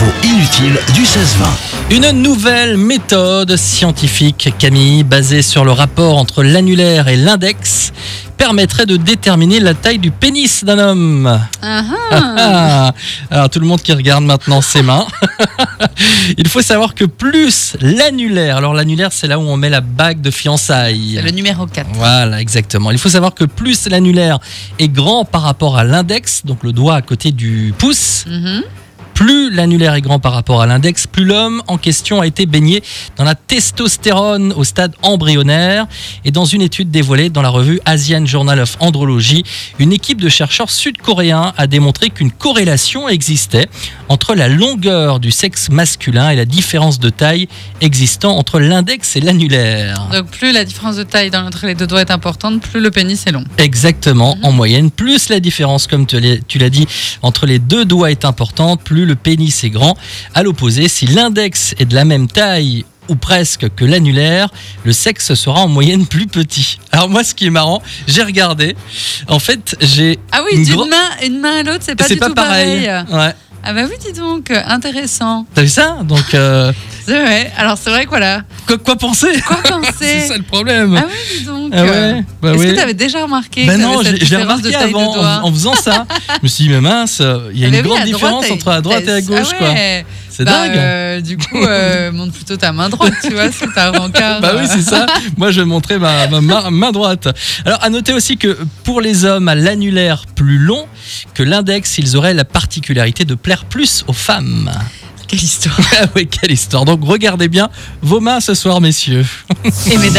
L'info inutile du 16-20. Une nouvelle méthode scientifique, Camille, basée sur le rapport entre l'annulaire et l'index, permettrait de déterminer la taille du pénis d'un homme. Alors tout le monde qui regarde maintenant ses mains. Il faut savoir que plus l'annulaire, alors l'annulaire c'est là où on met la bague de fiançailles. C'est le numéro 4. Voilà, exactement. Il faut savoir que plus l'annulaire est grand par rapport à l'index, donc le doigt à côté du pouce, plus l'annulaire est grand par rapport à l'index, plus l'homme en question a été baigné dans la testostérone au stade embryonnaire. Et dans une étude dévoilée dans la revue Asian Journal of Andrology, une équipe de chercheurs sud-coréens a démontré qu'une corrélation existait entre la longueur du sexe masculin et la différence de taille existant entre l'index et l'annulaire. Donc plus la différence de taille entre les deux doigts est importante, plus le pénis est long. Exactement, en moyenne, plus la différence, comme tu l'as dit, entre les deux doigts est importante, plus le pénis est grand. À l'opposé, si l'index est de la même taille ou presque que l'annulaire, le sexe sera en moyenne plus petit. Alors moi, ce qui est marrant, j'ai regardé. En fait, j'ai... Ah oui, une main à l'autre, c'est pas du tout pareil. Ouais. Ah bah oui, dis donc, intéressant. T'as vu ça? Donc... C'est vrai, alors c'est vrai que voilà. Quoi penser? Quoi penser? C'est ça le problème. Ah oui, dis donc. Ah ouais, bah Est-ce oui. que tu avais déjà remarqué Ben que non, cette j'ai différence remarqué de taille avant de doigts en faisant ça. Je me suis dit, mais mince, il y a une grande différence entre la droite et la gauche. Ah Quoi. ouais. C'est dingue. Du coup, montre plutôt ta main droite, tu vois, c'est ta rencard. Bah oui, c'est ça. Moi, je vais montrer ma main droite. Alors, à noter aussi que pour les hommes à l'annulaire plus long que l'index, ils auraient la particularité de plaire plus aux femmes. Quelle histoire. Ah oui, quelle histoire. Donc, regardez bien vos mains ce soir, messieurs. Et mesdames.